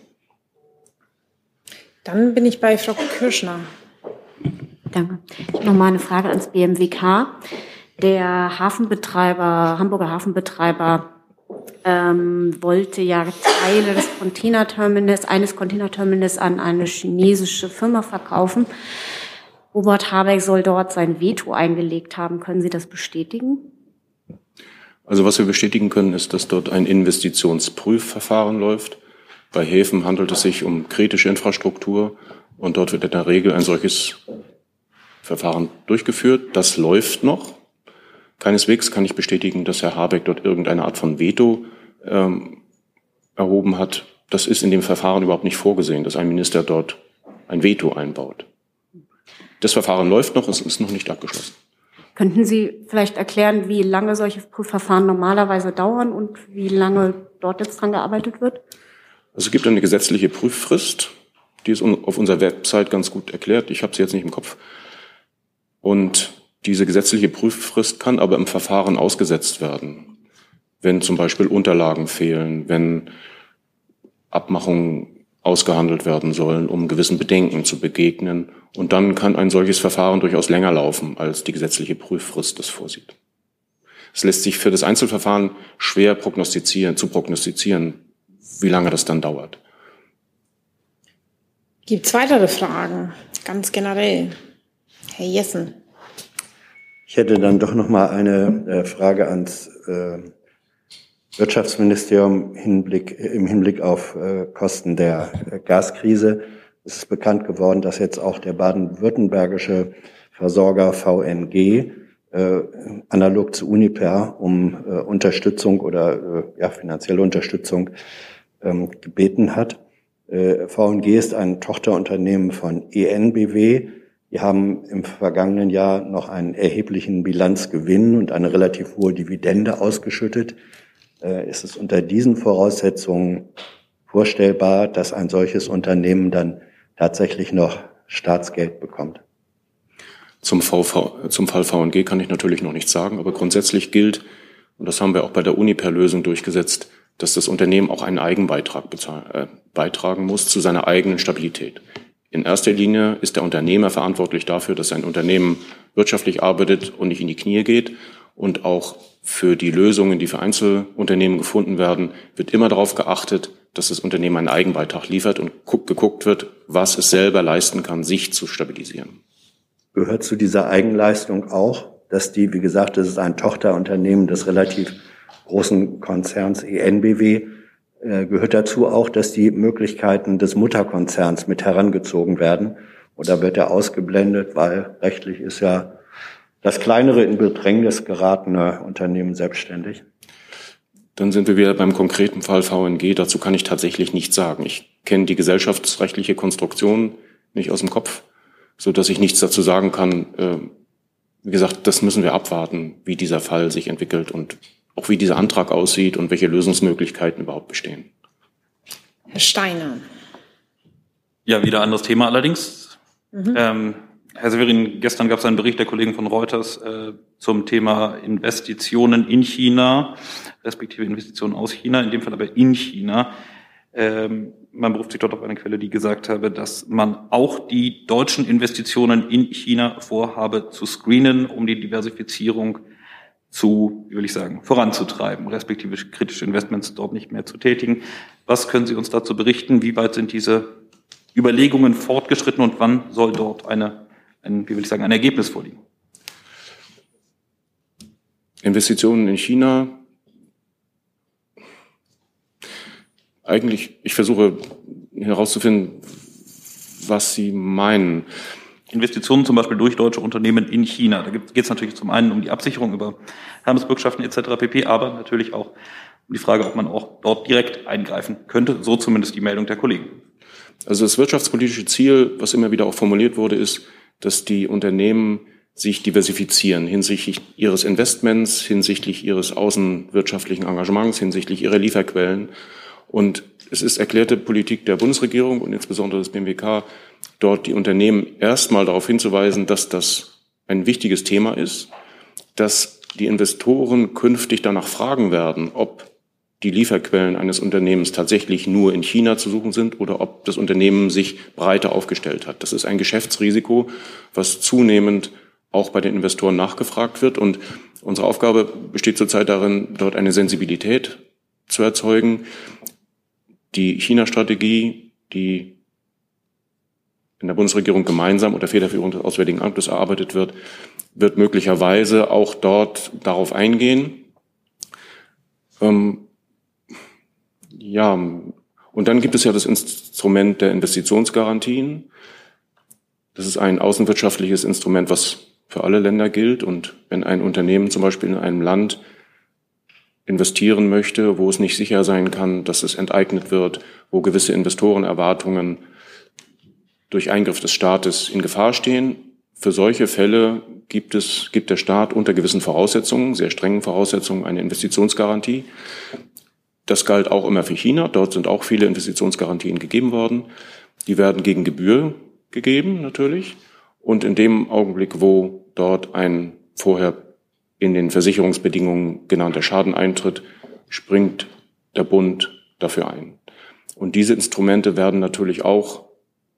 Dann bin ich bei Frau Kirschner. Danke. Ich habe noch mal eine Frage ans B M W K. Der Hafenbetreiber, Hamburger Hafenbetreiber, ähm, wollte ja Teile des Containerterminals, eines Containerterminals an eine chinesische Firma verkaufen. Robert Habeck soll dort sein Veto eingelegt haben. Können Sie das bestätigen? Also was wir bestätigen können, ist, dass dort ein Investitionsprüfverfahren läuft. Bei Häfen handelt es sich um kritische Infrastruktur und dort wird in der Regel ein solches Verfahren durchgeführt. Das läuft noch. Keineswegs kann ich bestätigen, dass Herr Habeck dort irgendeine Art von Veto ähm, erhoben hat. Das ist in dem Verfahren überhaupt nicht vorgesehen, dass ein Minister dort ein Veto einbaut. Das Verfahren läuft noch, es ist noch nicht abgeschlossen. Könnten Sie vielleicht erklären, wie lange solche Prüfverfahren normalerweise dauern und wie lange dort jetzt dran gearbeitet wird? Also es gibt eine gesetzliche Prüffrist, die ist auf unserer Website ganz gut erklärt. Ich habe sie jetzt nicht im Kopf. Und diese gesetzliche Prüffrist kann aber im Verfahren ausgesetzt werden, wenn zum Beispiel Unterlagen fehlen, wenn Abmachungen ausgehandelt werden sollen, um gewissen Bedenken zu begegnen. Und dann kann ein solches Verfahren durchaus länger laufen, als die gesetzliche Prüffrist das vorsieht. Es lässt sich für das Einzelverfahren schwer prognostizieren, zu prognostizieren, wie lange das dann dauert. Gibt es weitere Fragen, ganz generell? Herr Jessen. Ich hätte dann doch noch mal eine äh, Frage ans äh, Wirtschaftsministerium Hinblick, im Hinblick auf äh, Kosten der äh, Gaskrise. Es ist bekannt geworden, dass jetzt auch der baden-württembergische Versorger V N G äh, analog zu Uniper um äh, Unterstützung oder äh, ja, finanzielle Unterstützung ähm, gebeten hat. Äh, V N G ist ein Tochterunternehmen von E N B W. Die haben im vergangenen Jahr noch einen erheblichen Bilanzgewinn und eine relativ hohe Dividende ausgeschüttet. Äh, ist es unter diesen Voraussetzungen vorstellbar, dass ein solches Unternehmen dann tatsächlich noch Staatsgeld bekommt? Zum, V V, zum Fall V N G kann ich natürlich noch nichts sagen, aber grundsätzlich gilt, und das haben wir auch bei der Uniper-Lösung durchgesetzt, dass das Unternehmen auch einen Eigenbeitrag bezahl- äh, beitragen muss zu seiner eigenen Stabilität. In erster Linie ist der Unternehmer verantwortlich dafür, dass sein Unternehmen wirtschaftlich arbeitet und nicht in die Knie geht. Und auch für die Lösungen, die für Einzelunternehmen gefunden werden, wird immer darauf geachtet, dass das Unternehmen einen Eigenbeitrag liefert und geguckt wird, was es selber leisten kann, sich zu stabilisieren. Gehört zu dieser Eigenleistung auch, dass die, wie gesagt, das ist ein Tochterunternehmen des relativ großen Konzerns E N B W, äh, gehört dazu auch, dass die Möglichkeiten des Mutterkonzerns mit herangezogen werden? Oder wird er ausgeblendet, weil rechtlich ist ja das kleinere, in Bedrängnis geratene Unternehmen selbstständig? Dann sind wir wieder beim konkreten Fall V N G. Dazu kann ich tatsächlich nichts sagen. Ich kenne die gesellschaftsrechtliche Konstruktion nicht aus dem Kopf, so dass ich nichts dazu sagen kann. Wie gesagt, das müssen wir abwarten, wie dieser Fall sich entwickelt und auch wie dieser Antrag aussieht und welche Lösungsmöglichkeiten überhaupt bestehen. Herr Steiner. Ja, wieder anderes Thema allerdings. Mhm. Ähm, Herr Severin, gestern gab es einen Bericht der Kollegen von Reuters äh, zum Thema Investitionen in China, respektive Investitionen aus China, in dem Fall aber in China. Ähm, man beruft sich dort auf eine Quelle, die gesagt habe, dass man auch die deutschen Investitionen in China vorhabe zu screenen, um die Diversifizierung zu, wie will ich sagen, voranzutreiben, respektive kritische Investments dort nicht mehr zu tätigen. Was können Sie uns dazu berichten? Wie weit sind diese Überlegungen fortgeschritten und wann soll dort eine, ein, wie will ich sagen, ein Ergebnis vorliegen? Investitionen in China. Eigentlich, ich versuche herauszufinden, was Sie meinen. Investitionen zum Beispiel durch deutsche Unternehmen in China. Da geht es natürlich zum einen um die Absicherung über Hermesbürgschaften et cetera pp., aber natürlich auch um die Frage, ob man auch dort direkt eingreifen könnte. So zumindest die Meldung der Kollegen. Also das wirtschaftspolitische Ziel, was immer wieder auch formuliert wurde, ist, dass die Unternehmen sich diversifizieren hinsichtlich ihres Investments, hinsichtlich ihres außenwirtschaftlichen Engagements, hinsichtlich ihrer Lieferquellen. Und es ist erklärte Politik der Bundesregierung und insbesondere des B M W K, dort die Unternehmen erstmal darauf hinzuweisen, dass das ein wichtiges Thema ist, dass die Investoren künftig danach fragen werden, ob die Lieferquellen eines Unternehmens tatsächlich nur in China zu suchen sind oder ob das Unternehmen sich breiter aufgestellt hat. Das ist ein Geschäftsrisiko, was zunehmend auch bei den Investoren nachgefragt wird. Und unsere Aufgabe besteht zurzeit darin, dort eine Sensibilität zu erzeugen. Die China-Strategie, die in der Bundesregierung gemeinsam unter Federführung des Auswärtigen Amtes erarbeitet wird, wird möglicherweise auch dort darauf eingehen. Ähm, ja, und dann gibt es ja das Instrument der Investitionsgarantien. Das ist ein außenwirtschaftliches Instrument, was für alle Länder gilt. Und wenn ein Unternehmen zum Beispiel in einem Land investieren möchte, wo es nicht sicher sein kann, dass es enteignet wird, wo gewisse Investorenerwartungen durch Eingriff des Staates in Gefahr stehen. Für solche Fälle gibt es, gibt der Staat unter gewissen Voraussetzungen, sehr strengen Voraussetzungen, eine Investitionsgarantie. Das galt auch immer für China. Dort sind auch viele Investitionsgarantien gegeben worden. Die werden gegen Gebühr gegeben, natürlich. Und in dem Augenblick, wo dort ein vorher in den Versicherungsbedingungen genannter Schaden eintritt, springt der Bund dafür ein. Und diese Instrumente werden natürlich auch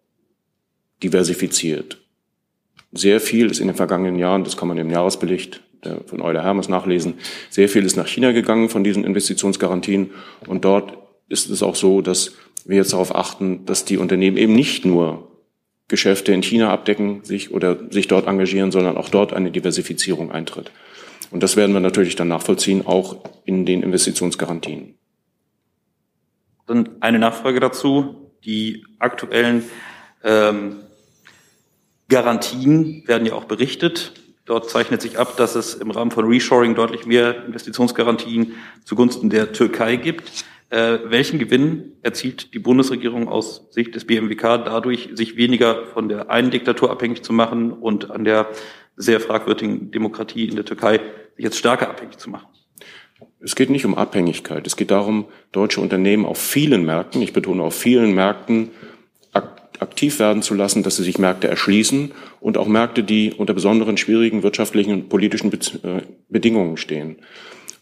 diversifiziert. Sehr viel ist in den vergangenen Jahren, das kann man im Jahresbericht von Euler Hermes nachlesen, sehr viel ist nach China gegangen von diesen Investitionsgarantien. Und dort ist es auch so, dass wir jetzt darauf achten, dass die Unternehmen eben nicht nur Geschäfte in China abdecken, sich oder sich dort engagieren, sondern auch dort eine Diversifizierung eintritt. Und das werden wir natürlich dann nachvollziehen, auch in den Investitionsgarantien. Dann eine Nachfrage dazu. Die aktuellen ähm, Garantien werden ja auch berichtet. Dort zeichnet sich ab, dass es im Rahmen von Reshoring deutlich mehr Investitionsgarantien zugunsten der Türkei gibt. Äh, welchen Gewinn erzielt die Bundesregierung aus Sicht des B M W K dadurch, sich weniger von der einen Diktatur abhängig zu machen und an der sehr fragwürdigen Demokratie in der Türkei sich jetzt stärker abhängig zu machen? Es geht nicht um Abhängigkeit. Es geht darum, deutsche Unternehmen auf vielen Märkten, ich betone auf vielen Märkten, aktiv werden zu lassen, dass sie sich Märkte erschließen und auch Märkte, die unter besonderen schwierigen wirtschaftlichen und politischen Bedingungen stehen.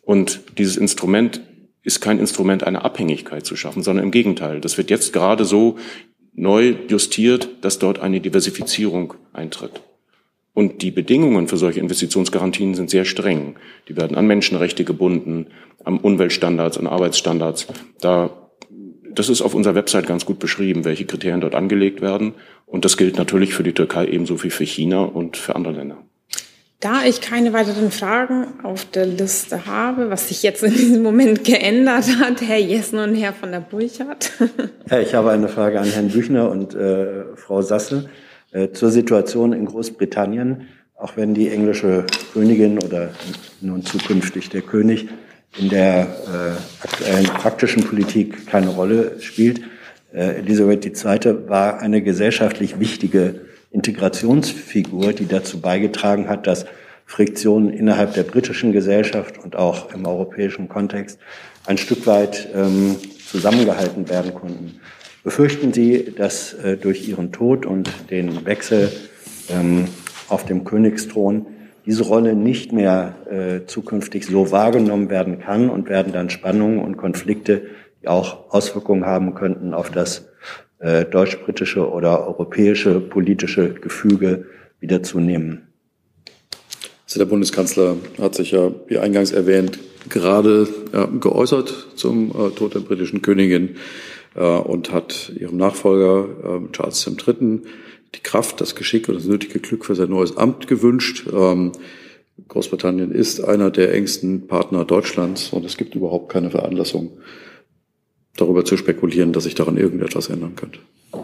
Und dieses Instrument ist kein Instrument, eine Abhängigkeit zu schaffen, sondern im Gegenteil. Das wird jetzt gerade so neu justiert, dass dort eine Diversifizierung eintritt. Und die Bedingungen für solche Investitionsgarantien sind sehr streng. Die werden an Menschenrechte gebunden, an Umweltstandards, an Arbeitsstandards. Da, das ist auf unserer Website ganz gut beschrieben, welche Kriterien dort angelegt werden. Und das gilt natürlich für die Türkei ebenso wie für China und für andere Länder. Da ich keine weiteren Fragen auf der Liste habe, was sich jetzt in diesem Moment geändert hat, Herr Jessen und Herr von der Burchardt. Ja, ich habe eine Frage an Herrn Büchner und äh, Frau Sasse äh, zur Situation in Großbritannien. Auch wenn die englische Königin oder nun zukünftig der König in der äh, aktuellen praktischen Politik keine Rolle spielt, äh, Elisabeth die Zweite war eine gesellschaftlich wichtige Integrationsfigur, die dazu beigetragen hat, dass Friktionen innerhalb der britischen Gesellschaft und auch im europäischen Kontext ein Stück weit ähm, zusammengehalten werden konnten. Befürchten Sie, dass äh, durch Ihren Tod und den Wechsel ähm, auf dem Königsthron diese Rolle nicht mehr äh, zukünftig so wahrgenommen werden kann und werden dann Spannungen und Konflikte, die auch Auswirkungen haben könnten auf das äh, deutsch-britische oder europäische politische Gefüge, wieder zunehmen? Also der Bundeskanzler hat sich ja, wie eingangs erwähnt, gerade ja, geäußert zum äh, Tod der britischen Königin äh, und hat ihrem Nachfolger äh, Charles der Dritte die Kraft, das Geschick und das nötige Glück für sein neues Amt gewünscht. Ähm, Großbritannien ist einer der engsten Partner Deutschlands und es gibt überhaupt keine Veranlassung, darüber zu spekulieren, dass sich daran irgendetwas ändern könnte.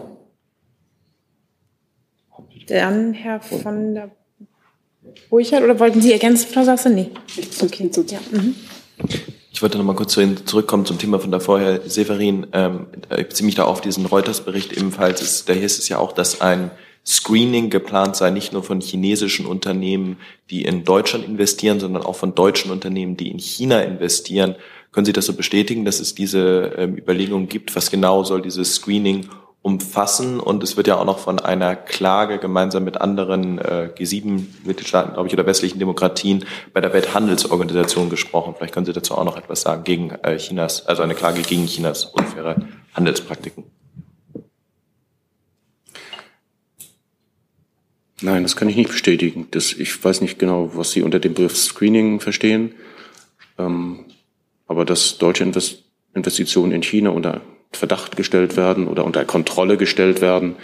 Dann Herr von der Burchardt, oder wollten Sie ergänzen, Frau Sasse? Nee. Okay. Ja. Mhm. Ich wollte noch mal kurz zu Ihnen zurückkommen zum Thema von davor, Herr Severin. Ähm, ich beziehe mich da auf diesen Reuters-Bericht ebenfalls. Ist, da hieß es ja auch, dass ein Screening geplant sei, nicht nur von chinesischen Unternehmen, die in Deutschland investieren, sondern auch von deutschen Unternehmen, die in China investieren. Können Sie das so bestätigen, dass es diese ähm, Überlegungen gibt? Was genau soll dieses Screening umfassen? Und es wird ja auch noch von einer Klage gemeinsam mit anderen äh, G sieben Mitgliedstaaten, glaube ich, oder westlichen Demokratien bei der Welthandelsorganisation gesprochen. Vielleicht können Sie dazu auch noch etwas sagen gegen äh, Chinas, also eine Klage gegen Chinas unfaire Handelspraktiken. Nein, das kann ich nicht bestätigen. Das, ich weiß nicht genau, was Sie unter dem Begriff Screening verstehen. Ähm, aber dass deutsche Invest- Investitionen in China unter Verdacht gestellt werden oder unter Kontrolle gestellt werden,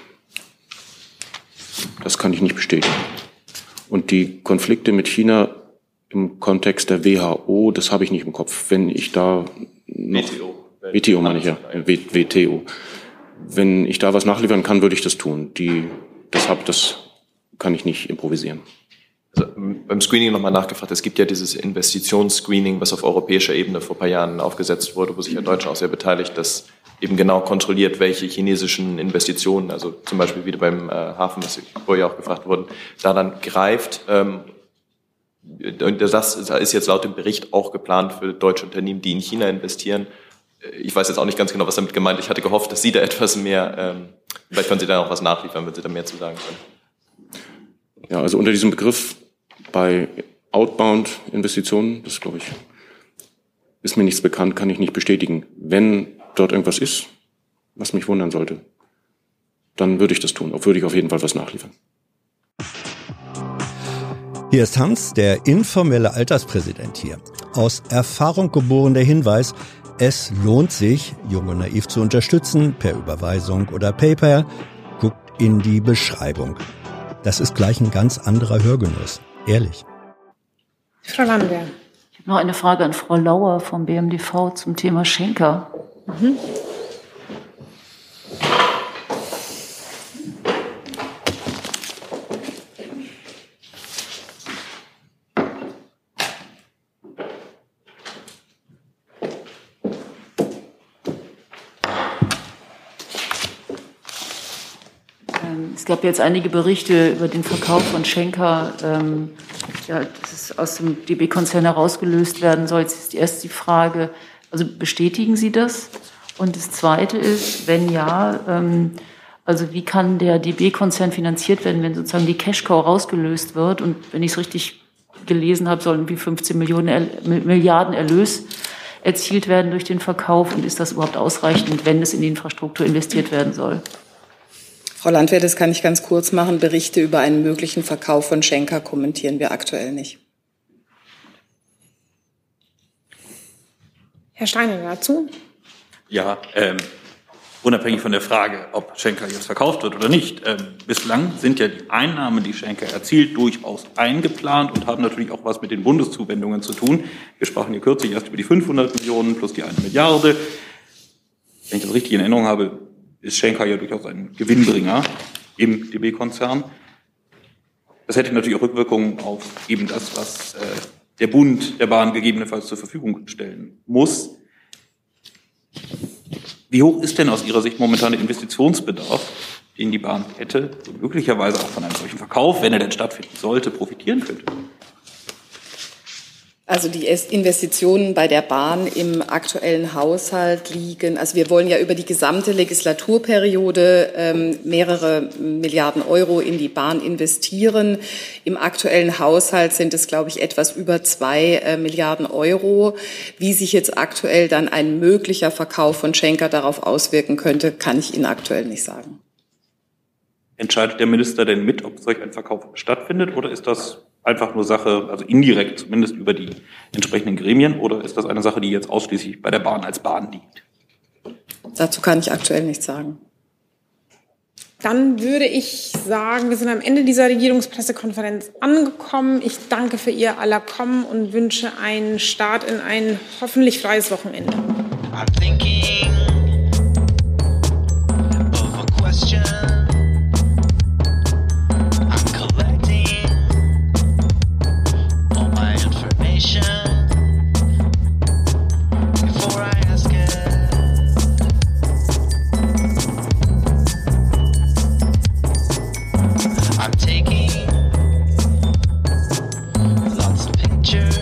das kann ich nicht bestätigen. Und die Konflikte mit China im Kontext der W H O, das habe ich nicht im Kopf. Wenn ich da noch, W T O, W T O meine ich ja, w, W T O. Wenn ich da was nachliefern kann, würde ich das tun. Die, das, hab, das kann ich nicht improvisieren. Also beim Screening nochmal nachgefragt, es gibt ja dieses Investitionsscreening, was auf europäischer Ebene vor ein paar Jahren aufgesetzt wurde, wo sich ja Deutschland auch sehr beteiligt, das eben genau kontrolliert, welche chinesischen Investitionen, also zum Beispiel wieder beim äh, Hafen, was vorher auch gefragt wurden, da dann greift. Ähm, das ist jetzt laut dem Bericht auch geplant für deutsche Unternehmen, die in China investieren. Ich weiß jetzt auch nicht ganz genau, was damit gemeint ist. Ich hatte gehofft, dass Sie da etwas mehr, ähm, vielleicht können Sie da noch was nachliefern, wenn Sie da mehr zu sagen können. Ja, also unter diesem Begriff bei Outbound-Investitionen, das glaube ich, ist mir nichts bekannt, kann ich nicht bestätigen. Wenn dort irgendwas ist, was mich wundern sollte, dann würde ich das tun. Auch würde ich auf jeden Fall was nachliefern. Hier ist Hans, der informelle Alterspräsident hier. Aus Erfahrung geboren der Hinweis, es lohnt sich, Jung und Naiv zu unterstützen, per Überweisung oder PayPal. Guckt in die Beschreibung. Das ist gleich ein ganz anderer Hörgenuss. Ehrlich. Frau Landwehr. Ich habe noch eine Frage an Frau Lauer vom B M D V zum Thema Schenker. Mhm. Es gab jetzt einige Berichte über den Verkauf von Schenker, ähm, ja, dass es aus dem D B-Konzern herausgelöst werden soll. Jetzt ist erst die Frage, also bestätigen Sie das? Und das Zweite ist, wenn ja, ähm, also wie kann der D B-Konzern finanziert werden, wenn sozusagen die Cash-Cow rausgelöst wird? Und wenn ich es richtig gelesen habe, sollen wie fünfzehn Millionen, Milliarden Erlös erzielt werden durch den Verkauf. Und ist das überhaupt ausreichend, wenn es in die Infrastruktur investiert werden soll? Frau Landwehr, das kann ich ganz kurz machen. Berichte über einen möglichen Verkauf von Schenker kommentieren wir aktuell nicht. Herr Steiner dazu? Ja, ähm, unabhängig von der Frage, ob Schenker jetzt verkauft wird oder nicht. Ähm, bislang sind ja die Einnahmen, die Schenker erzielt, durchaus eingeplant und haben natürlich auch was mit den Bundeszuwendungen zu tun. Wir sprachen hier kürzlich erst über die fünfhundert Millionen plus die eine Milliarde. Wenn ich das richtig in Erinnerung habe, ist Schenker ja durchaus ein Gewinnbringer im D B-Konzern. Das hätte natürlich auch Rückwirkungen auf eben das, was äh, der Bund der Bahn gegebenenfalls zur Verfügung stellen muss. Wie hoch ist denn aus Ihrer Sicht momentan der Investitionsbedarf, den die Bahn hätte und möglicherweise auch von einem solchen Verkauf, wenn er denn stattfinden sollte, profitieren könnte? Also die Investitionen bei der Bahn im aktuellen Haushalt liegen, also wir wollen ja über die gesamte Legislaturperiode ähm, mehrere Milliarden Euro in die Bahn investieren. Im aktuellen Haushalt sind es, glaube ich, etwas über zwei äh, Milliarden Euro. Wie sich jetzt aktuell dann ein möglicher Verkauf von Schenker darauf auswirken könnte, kann ich Ihnen aktuell nicht sagen. Entscheidet der Minister denn mit, ob solch ein Verkauf stattfindet, oder ist das einfach nur Sache, also indirekt zumindest über die entsprechenden Gremien, oder ist das eine Sache, die jetzt ausschließlich bei der Bahn als Bahn liegt? Dazu kann ich aktuell nichts sagen. Dann würde ich sagen, wir sind am Ende dieser Regierungspressekonferenz angekommen. Ich danke für Ihr aller Kommen und wünsche einen Start in ein hoffentlich freies Wochenende. I'm thinking of a question. Before I ask it, I'm taking lots of pictures.